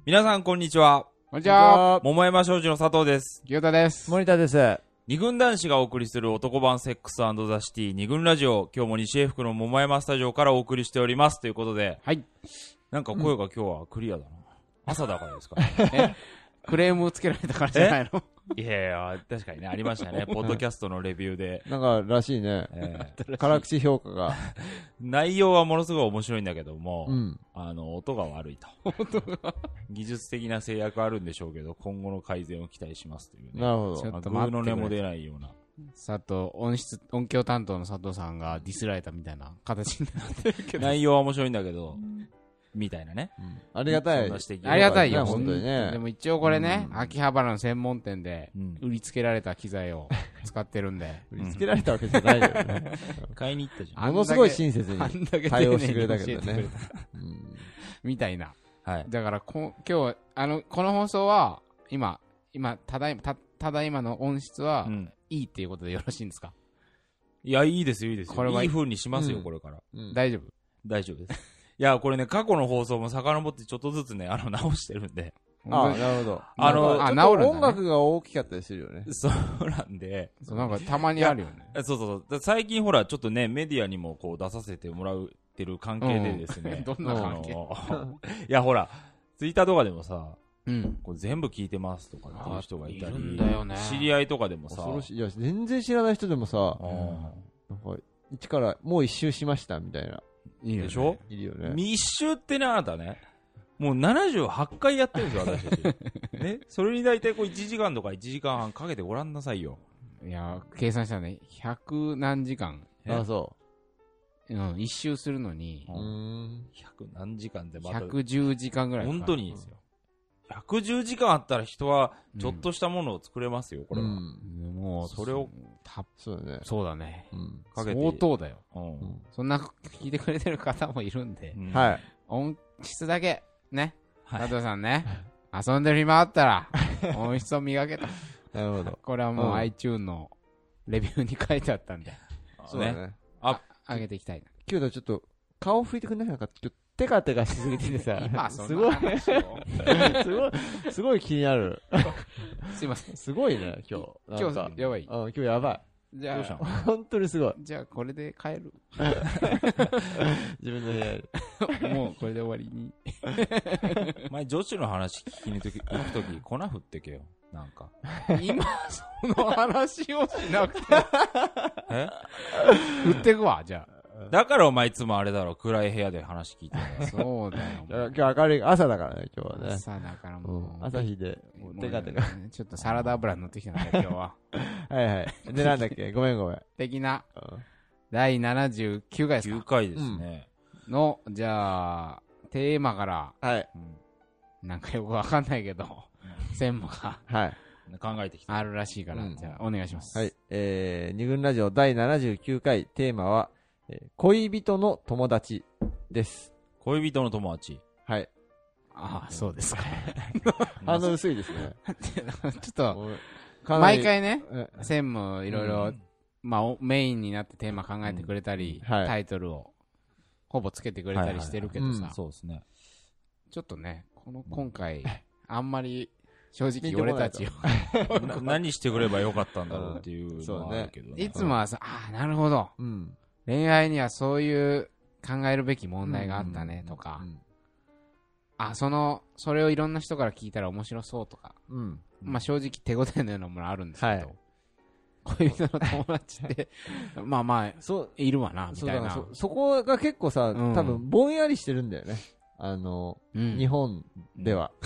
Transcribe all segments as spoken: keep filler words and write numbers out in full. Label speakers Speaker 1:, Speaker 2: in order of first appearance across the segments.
Speaker 1: 皆さんこんにちは。
Speaker 2: こんにちは。
Speaker 1: 桃山商事の佐藤です。
Speaker 2: 清田です。
Speaker 3: 森田です。
Speaker 1: 二軍男子がお送りする男版セックス&ザシティ二軍ラジオ、今日も西英福の桃山スタジオからお送りしておりますということで、
Speaker 2: はい。
Speaker 1: なんか声が今日はクリアだな。朝だからですか
Speaker 2: えクレームつけられたからじゃないの？
Speaker 1: いやいや、確かにね、ありましたね。ポッドキャストのレビューで。
Speaker 3: なんからしいね。
Speaker 1: えー
Speaker 3: 辛口評価が。
Speaker 1: 内容はものすごい面白いんだけども、
Speaker 3: うん。
Speaker 1: あの、音が悪いと。技術的な制約あるんでしょうけど、今後の改善を期待しますというね。
Speaker 3: なるほど。
Speaker 2: ちょっと
Speaker 1: まあ、グー
Speaker 2: 待ってくれ
Speaker 1: の音も出ないような。
Speaker 2: 佐藤、音質、音響担当の佐藤さんがディスられたみたいな形になってるけど。
Speaker 1: 内容は面白いんだけど、みたいなね。
Speaker 3: うんありがたい。
Speaker 1: そんな指摘
Speaker 2: ありがたいよ、
Speaker 3: ね本当にね
Speaker 2: でも一応これね、
Speaker 3: うん
Speaker 2: 秋葉原の専門店で
Speaker 1: うん
Speaker 2: 売りつけられた機材を使ってるんで。
Speaker 3: 売りつけられたわけじゃないよね。
Speaker 1: 買いに行ったじゃん。
Speaker 2: あんだけ
Speaker 3: ものすごい親切に
Speaker 2: あんだけ
Speaker 3: 対応してくれたけど
Speaker 2: 丁寧に教えて
Speaker 3: ね
Speaker 2: くれた。
Speaker 3: うん
Speaker 2: みたいな。
Speaker 1: はい。
Speaker 2: だからこ、今日、あの、この放送は、今、今、ただいま、た、ただいまの音質は
Speaker 1: う、ん。
Speaker 2: いいっていうことでよろしいんですか？
Speaker 1: いや、いいですよ、いいですよ。
Speaker 2: これはいい
Speaker 1: い風にしますよ、
Speaker 3: うん
Speaker 1: これから。
Speaker 3: うん
Speaker 2: 大丈夫？
Speaker 1: 大丈夫です。いや、これね、過去の放送も遡ってちょっとずつね、あの、直してるんで。
Speaker 3: ああ、なるほど。
Speaker 1: あの
Speaker 2: あ、
Speaker 3: なんかちょっと
Speaker 2: 治るんだね
Speaker 3: 音楽が大きかったりするよね。
Speaker 1: そうなんで。
Speaker 2: そう、なんかたまにあるよね。
Speaker 1: そうそうそうだ。最近ほら、ちょっとね、メディアにもこう出させてもらってる関係でですね。
Speaker 2: どんな関係？
Speaker 1: あのいや、ほら、ツイッターとかでもさ、
Speaker 2: うん。
Speaker 1: こう全部聞いてますとかっていう人がいたり、
Speaker 2: あいるんだよね
Speaker 1: 知り合いとかでもさ、
Speaker 3: 恐ろしい。いや、全然知らない人でもさ、
Speaker 1: うん
Speaker 3: なんか、一からもう一周しましたみたいな。
Speaker 2: いいよね
Speaker 1: でしょ
Speaker 3: いるよね。
Speaker 1: 密集ってね、あなたね、もうななじゅうはちかいやってるんですよ、私たち。ね、それに大体こういちじかんとかいちじかんはんかけてごらんなさいよ。
Speaker 2: いや、計算したらね、百何時間、
Speaker 3: ああ、そ
Speaker 2: うん、一周するのに
Speaker 3: う。うーん。
Speaker 1: ひゃく何時間でまた、
Speaker 2: ひゃくじゅうじかんぐらいかかる
Speaker 1: 本当に
Speaker 2: んですよ。
Speaker 1: ひゃくじゅうじかんあったら人はちょっとしたものを作れますよ、これは。
Speaker 3: うん。
Speaker 2: もう、
Speaker 1: それを、
Speaker 2: た
Speaker 3: そうだね。
Speaker 2: そうだね。
Speaker 3: うん。
Speaker 1: かけて
Speaker 2: 相当だよ。
Speaker 1: うん
Speaker 3: うん
Speaker 2: そんな聞いてくれてる方もいるんで、
Speaker 1: うん
Speaker 3: はい。
Speaker 2: 音質だけ、ね、
Speaker 1: はい
Speaker 2: 佐藤さんね、遊んでる暇あったら、音質を磨けと。
Speaker 3: なるほど。
Speaker 2: これはもう
Speaker 3: うん
Speaker 2: iTunes のレビューに書いてあったんで、
Speaker 3: そうだね。
Speaker 2: 上げていきたいな。
Speaker 3: 今日だちょっと顔拭いてくんないなんかちょっとテカテカしすぎててさ
Speaker 2: 今、そ
Speaker 3: すごい
Speaker 2: んな話を。
Speaker 3: すごいすごい気になる
Speaker 2: すいません。
Speaker 3: すごいね今日
Speaker 2: 今
Speaker 3: なんか
Speaker 2: 日、やばい。
Speaker 3: うん今日やば
Speaker 2: じゃ
Speaker 1: どうしたの
Speaker 2: あ、
Speaker 3: い本当にすごい
Speaker 2: じゃあこれで帰る。
Speaker 3: 自分の部屋で
Speaker 2: もうこれで終わりに。
Speaker 1: 前女子の話聞きに行くとき、粉振ってけよ。なんか。
Speaker 2: 今、その話をしなくて。
Speaker 1: え
Speaker 2: 振ってくわ、じゃ
Speaker 1: だからお前いつもあれだろ、暗い部屋で話聞いてるんだ
Speaker 2: あ。
Speaker 1: よ。
Speaker 2: そうだよ。
Speaker 3: いや今日明るい朝だからね今日はね
Speaker 2: 朝だから
Speaker 3: う
Speaker 2: もう。
Speaker 3: ん朝日でもうテカテカ
Speaker 2: もうねちょっとサラダ油乗ってきたね、今日は。
Speaker 3: はいはいでなんだっけごめんごめん
Speaker 2: 的な、
Speaker 3: うん
Speaker 2: だいななじゅうきゅうかいです
Speaker 1: きゅう
Speaker 2: か
Speaker 1: かいですね。
Speaker 2: の、じゃあ、テーマから、
Speaker 3: はい
Speaker 1: うん
Speaker 2: なんかよくわかんないけど、専門が
Speaker 3: はい
Speaker 1: 考えてきた。
Speaker 2: あるらしいから、
Speaker 3: うん
Speaker 2: じゃあ、お願いします。
Speaker 3: はいえー二軍ラジオだいななじゅうきゅうかいテーマはえー恋人の友達です
Speaker 1: 恋人の友達。
Speaker 3: はい
Speaker 2: ああ、そうですか。
Speaker 3: 反応薄いですね
Speaker 2: ちょっと、
Speaker 3: もうかなり
Speaker 2: 毎回ね、
Speaker 3: え
Speaker 2: 専務いろいろ、まあ、おメインになってテーマ考えてくれたり、
Speaker 3: うんはい
Speaker 2: タイトルをほぼつけてくれたりしてるけどさ
Speaker 3: はいはいはい、
Speaker 1: そうですね。
Speaker 2: ちょっとね、この今回、あんまり正直俺たちを、
Speaker 1: な何してくればよかったんだろうっていうのはあるけどね。
Speaker 2: いつもはさ、ああ、なるほど。
Speaker 3: うん
Speaker 2: 恋愛にはそういう考えるべき問題があったねとか
Speaker 3: う、ん
Speaker 2: あ、その、それをいろんな人から聞いたら面白そうとか、
Speaker 3: うん
Speaker 2: まあ正直手応えのようなものあるんですけど、
Speaker 3: はい
Speaker 2: 恋人の友達って、まあまあ、
Speaker 3: そう
Speaker 2: いるわな、み
Speaker 3: そう
Speaker 2: たいな。
Speaker 3: だからそそこが結構さ、
Speaker 2: うん
Speaker 3: 多分ぼんやりしてるんだよねあの、
Speaker 2: うん
Speaker 3: 日本では、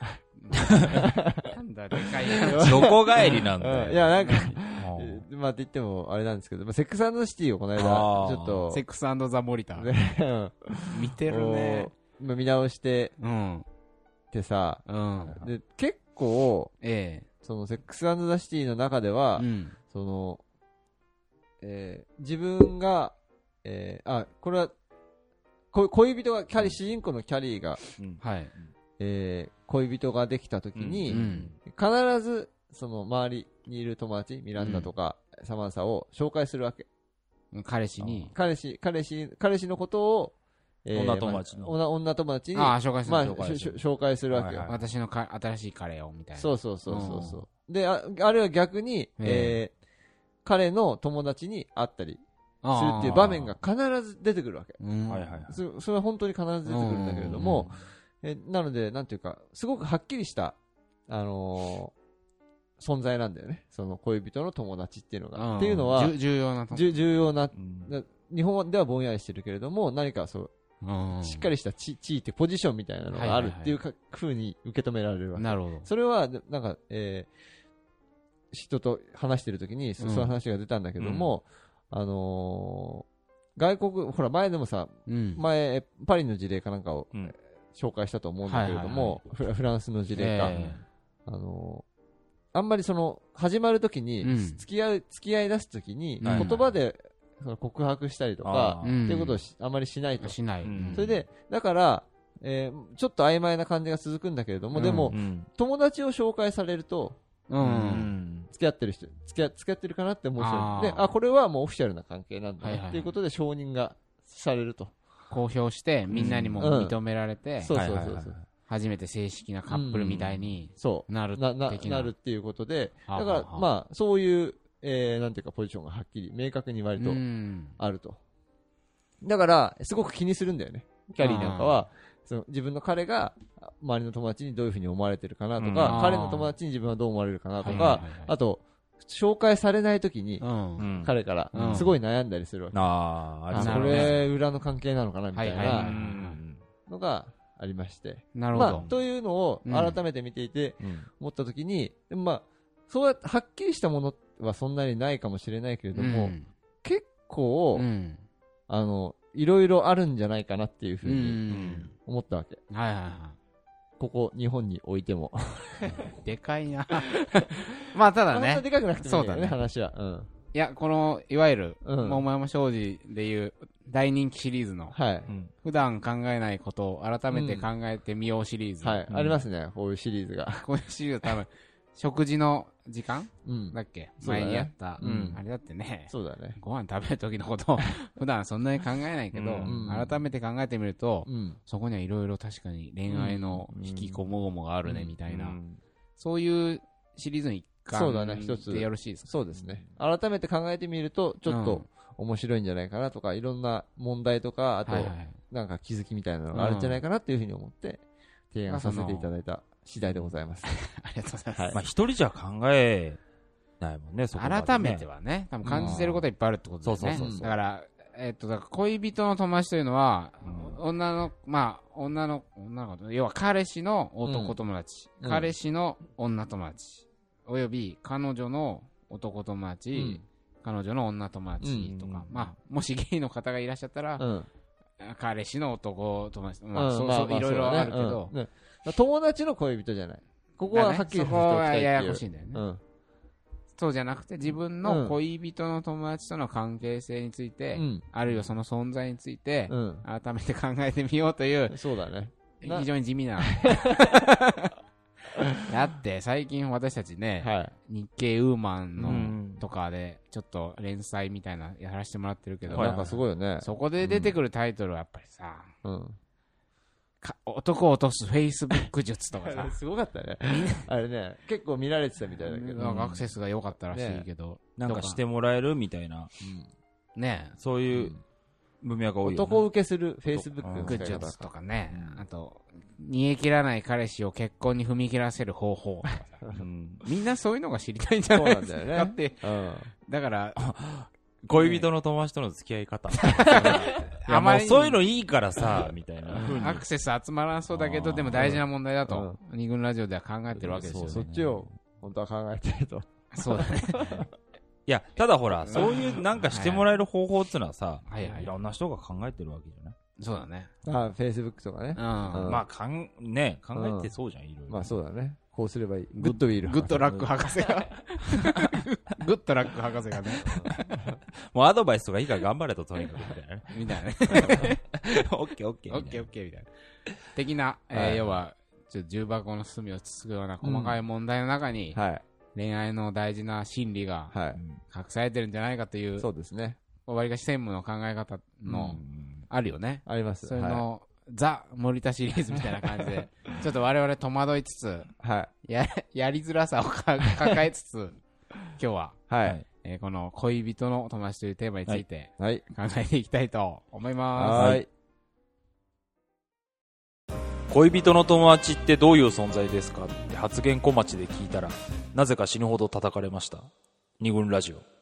Speaker 2: なんだ、でかい話。
Speaker 1: どこ帰りなんだよ。
Speaker 3: うんいやなんか
Speaker 1: うん
Speaker 3: まあって言ってもあれなんですけど、まあ、セックス&シティをこの間ち
Speaker 1: あー
Speaker 3: ょっと
Speaker 2: セックスザ・モリター。
Speaker 3: ね
Speaker 2: 見てるね。
Speaker 3: こう今見直して
Speaker 2: うん。
Speaker 3: てさ
Speaker 2: うん。
Speaker 3: で結構
Speaker 2: え
Speaker 3: そのセックス&シティの中で
Speaker 2: え。
Speaker 3: は、
Speaker 2: うん。
Speaker 3: その、えー自分が、えーあこれはこ恋人がキャリー主人公のキャリーが、
Speaker 1: うん
Speaker 2: はい。
Speaker 3: えー恋人ができた時に、
Speaker 2: うん。
Speaker 3: 必ずその周りにいる友達ミランダとか、サマンサを紹介するわけ
Speaker 2: 彼氏に、
Speaker 3: 彼氏彼氏彼氏のことを、 えー
Speaker 1: 女友達に
Speaker 3: まあ女女友達に、
Speaker 2: ああ、紹介する。
Speaker 3: まあ、
Speaker 1: 紹介する
Speaker 3: しょ紹介するわけよ。
Speaker 1: はいはい
Speaker 2: 私のか新しいカレーをみたいな。
Speaker 3: そうそうそうそうそう。で、ああれは逆に、えー彼の友達に会ったりするっていう場面が必ず出てくるわけ。
Speaker 2: うん
Speaker 1: はいはいはい。
Speaker 3: そそれは本当に必ず出てくるんだけれども、えなので、なんていうか、すごくはっきりした、あのー存在なんだよね。その恋人の友達っていうのが。っていうのは、
Speaker 2: じゅ重要なと
Speaker 3: じゅ重要な、
Speaker 1: うん
Speaker 3: 日本ではぼんやりしてるけれども、何かそう、
Speaker 2: うん
Speaker 3: しっかりした地地位ってポジションみたいなのがあるっていうか風に受け止められるわけ。
Speaker 2: なるほど。
Speaker 3: それは、なんか、えー人と話してるときに、そ
Speaker 2: うん
Speaker 3: そういう話が出たんだけども、あのー外国、ほら前でもさ、
Speaker 2: うん。
Speaker 3: 前、パリの事例かなんかを
Speaker 1: うん
Speaker 3: 紹介したと思うんだけれども、フラフランスの事例か。
Speaker 2: え
Speaker 3: あのーあんまりその、始まるときに、
Speaker 2: うん
Speaker 3: 付き合う、付き合い出すときに、
Speaker 2: うん
Speaker 3: 言葉でその告白したりとか、
Speaker 1: あー
Speaker 2: うん
Speaker 3: っていうことをしあまりしないと。
Speaker 2: しない。
Speaker 1: うん
Speaker 3: それで、だから、えーちょっと曖昧な感じが続くんだけれども、
Speaker 2: うん
Speaker 3: でも、
Speaker 1: うん
Speaker 3: 友達を紹介されると、
Speaker 2: う。
Speaker 1: うんん
Speaker 3: 付き合ってる人、付き合付き合ってるかなって思う人
Speaker 2: あー
Speaker 3: で、あ、これはもうオフィシャルな関係なんだ
Speaker 2: はいはいはい
Speaker 3: ねっていうことで承認がされると。
Speaker 2: 公表して、みんなにも認められて、
Speaker 3: そうそうそう
Speaker 1: はいはいはい
Speaker 3: そう。
Speaker 2: 初めて正式なカップルみたいに
Speaker 3: そう。
Speaker 2: なる
Speaker 3: な、な、
Speaker 2: 的
Speaker 3: なるっていうことで、
Speaker 2: はあ
Speaker 3: だから、
Speaker 2: はあ
Speaker 3: まあ、そういう、えー、なんていうか、ポジションがはっきり、明確に割と
Speaker 2: うん
Speaker 3: あると。だから、すごく気にするんだよね。キャリーなんかは、その自分の彼が、周りの友達にどういうふうに思われてるかなと
Speaker 1: うん
Speaker 3: か、
Speaker 2: あー
Speaker 3: 彼の友達に自分はどう思われるかなとか
Speaker 2: はいはい、はいはい
Speaker 3: あと、紹介されないときに
Speaker 2: う、ん。
Speaker 1: うん
Speaker 3: 彼から
Speaker 2: う、ん
Speaker 3: すごい悩んだりするわけ。
Speaker 1: ああ、あり
Speaker 3: あ、こ
Speaker 1: そうね。
Speaker 3: れ、裏の関係なのかなみたい
Speaker 2: はいはいはい
Speaker 3: な
Speaker 1: うん
Speaker 3: のがありまして。
Speaker 2: なるほど
Speaker 3: まあ、。というのを改めて見ていて
Speaker 1: うん
Speaker 3: 思ったときに、でもまあ、そうやってはっきりしたものはそんなにないかもしれないけれども、
Speaker 2: うん
Speaker 3: 結構、
Speaker 2: うん。
Speaker 3: あの、いろいろあるんじゃないかなっていうふ
Speaker 2: う
Speaker 3: うに
Speaker 2: ん。
Speaker 3: 思ったわけ。
Speaker 2: はいはいは
Speaker 3: ここ、日本においても。
Speaker 2: い。でかいな。まあ、ただね
Speaker 3: そんなで。かくなくてもいいんだよね、
Speaker 2: そうだね
Speaker 3: 話は。うん。
Speaker 2: いや、この、いわゆる、
Speaker 3: うん
Speaker 2: 桃山商事でいう大人気シリーズの、
Speaker 3: はい。
Speaker 1: うん
Speaker 2: 普段考えないことを改めて考えてみようシリーズ。
Speaker 3: はい。
Speaker 1: うん
Speaker 3: ありますね、こういうシリーズが。
Speaker 2: こういうシリーズ多分、食事の時間
Speaker 3: うん
Speaker 2: だ。っけ
Speaker 3: そうだね
Speaker 2: 前にやった。
Speaker 3: うん
Speaker 2: あれだってね、
Speaker 3: そうだね。
Speaker 2: ご飯食べる時のことを普段そんなに考えないけど、
Speaker 1: うん
Speaker 2: 改めて考えてみると、
Speaker 3: うん。
Speaker 2: そこにはいろいろ確かに恋愛の引きこもごもがあるね、
Speaker 3: うん
Speaker 2: みたいな、
Speaker 1: うん
Speaker 2: そういうシリーズの一環
Speaker 3: そうだね一つ
Speaker 2: でよろしいですか？
Speaker 3: そうですね。改めて考えてみると、ちょっと面白いんじゃないかなとか、いろんな問題とか、あと
Speaker 2: はい、はい。
Speaker 3: なんか気づきみたいなのがあるんじゃないかなっていうふうに思って、提案させていただいた次第でございます。
Speaker 2: ありがとうございます。
Speaker 3: はい
Speaker 1: まあ、一人じゃ考えないもんね、そこまでね
Speaker 2: 改めてはね、多分感じてることいっぱいあるってことだよね。
Speaker 1: そうそうそうそう
Speaker 2: だから、えっと、だから恋人の友達というのは、
Speaker 1: うん
Speaker 2: 女の、まあ、女の、女の子、要は彼氏の男友達、
Speaker 3: うん
Speaker 2: 彼氏の女友達、および彼女の男友達、
Speaker 3: うん
Speaker 2: 彼女の女友達とか、
Speaker 1: うん
Speaker 2: まあ、もしゲイの方がいらっしゃったら、
Speaker 3: うん。
Speaker 2: 彼氏の男友達、まあ、
Speaker 3: うん
Speaker 2: そう、
Speaker 3: まあまあ
Speaker 2: そういろいろ
Speaker 3: そうだね
Speaker 2: あるけど、
Speaker 3: うんね友達の恋人じゃない。ここははっきりさせておき
Speaker 2: そこは
Speaker 3: たいっていう。
Speaker 2: ややこしいんだよね。
Speaker 3: うん。
Speaker 2: そうじゃなくて、自分の恋人の友達との関係性について、
Speaker 3: うん。
Speaker 2: あるいはその存在について、
Speaker 3: うん。
Speaker 2: 改めて考えてみようという、
Speaker 3: そうだね。な
Speaker 2: 非常に地味な。だって、最近私たちね、
Speaker 3: はい。
Speaker 2: 日経ウーマンの、
Speaker 1: うん
Speaker 2: とかで、ちょっと連載みたいなやらせてもらってるけど、
Speaker 1: はい
Speaker 3: なんかすごいよね。
Speaker 2: そこで出てくるタイトルはやっぱりさ、
Speaker 3: うん。
Speaker 2: か男を落とすフェイスブック術とかさ、
Speaker 3: すごかったね。あれね、結構見られてたみたいだけど。
Speaker 2: なんかアクセスが良かったらしいけど、
Speaker 1: なんかしてもらえるみたいな、
Speaker 2: ね
Speaker 1: そういう文脈が多いよね。
Speaker 3: 男受けするフェイスブック
Speaker 2: え、
Speaker 3: の
Speaker 2: グッ
Speaker 3: 使い方
Speaker 2: ジョツとかね、
Speaker 3: うん
Speaker 2: あと、煮え切らない彼氏を結婚に踏み切らせる方法とかさ
Speaker 1: うん
Speaker 2: みんなそういうのが知りたいんじゃないですか
Speaker 3: そうなんだよね
Speaker 2: って、
Speaker 3: うん。
Speaker 2: だから、
Speaker 1: 恋人の友達との付き合い方。いや、
Speaker 2: あまりに
Speaker 1: もうそういうのいいからさ、みたいな風に。
Speaker 2: アクセス集まらんそうだけど、
Speaker 1: あー
Speaker 2: でも大事な問題だと、二軍ラジオでは考えてるわけですよ
Speaker 3: そ
Speaker 2: ね。
Speaker 3: っちを、本当は考えてると。
Speaker 2: そうだね。
Speaker 1: いや、ただほら、そういうなんかしてもらえる方法っていうのはさ、
Speaker 2: はいはい
Speaker 1: いろんな人が考えてるわけじゃない。
Speaker 2: そうだね。
Speaker 3: あ、フェイスブックとかね
Speaker 2: う。ん。
Speaker 3: うん
Speaker 1: まあ、かん、ね、考えてそうじゃん、いろいろ。
Speaker 3: まあそうだね。こうすればいい。グッドウィル。
Speaker 2: グッドラック博士が、グッドラック博士がね、
Speaker 1: もうアドバイスとかいいから頑張れと、とにかく、みたいなね。
Speaker 2: みたいなね。
Speaker 1: オッケーオッケー。
Speaker 2: オッケーオッケーみたいな。的な、えー
Speaker 3: はい
Speaker 2: 要は、ちょっと重箱の隅をつつくような細かい問題の中に、
Speaker 3: はい。
Speaker 2: 恋愛の大事な心理が
Speaker 3: はい。
Speaker 2: 隠されてるんじゃないかという、
Speaker 3: そうですね。
Speaker 2: わりかし専務の考え方の、
Speaker 1: うん
Speaker 2: あるよね。
Speaker 3: あります。
Speaker 2: それの、ザ・森田シリーズみたいな感じで、ちょっと我々戸惑いつつ、
Speaker 3: はい。
Speaker 2: や、やりづらさをか抱えつつ、今日は、
Speaker 3: はい。
Speaker 1: はい
Speaker 2: えーこの恋人の友達というテーマについて
Speaker 3: はい。
Speaker 2: 考えていきたいと思います。
Speaker 3: はい。
Speaker 1: 恋人の友達ってどういう存在ですかって発言小町で聞いたら、なぜか死ぬほど叩かれました。二軍ラジオ。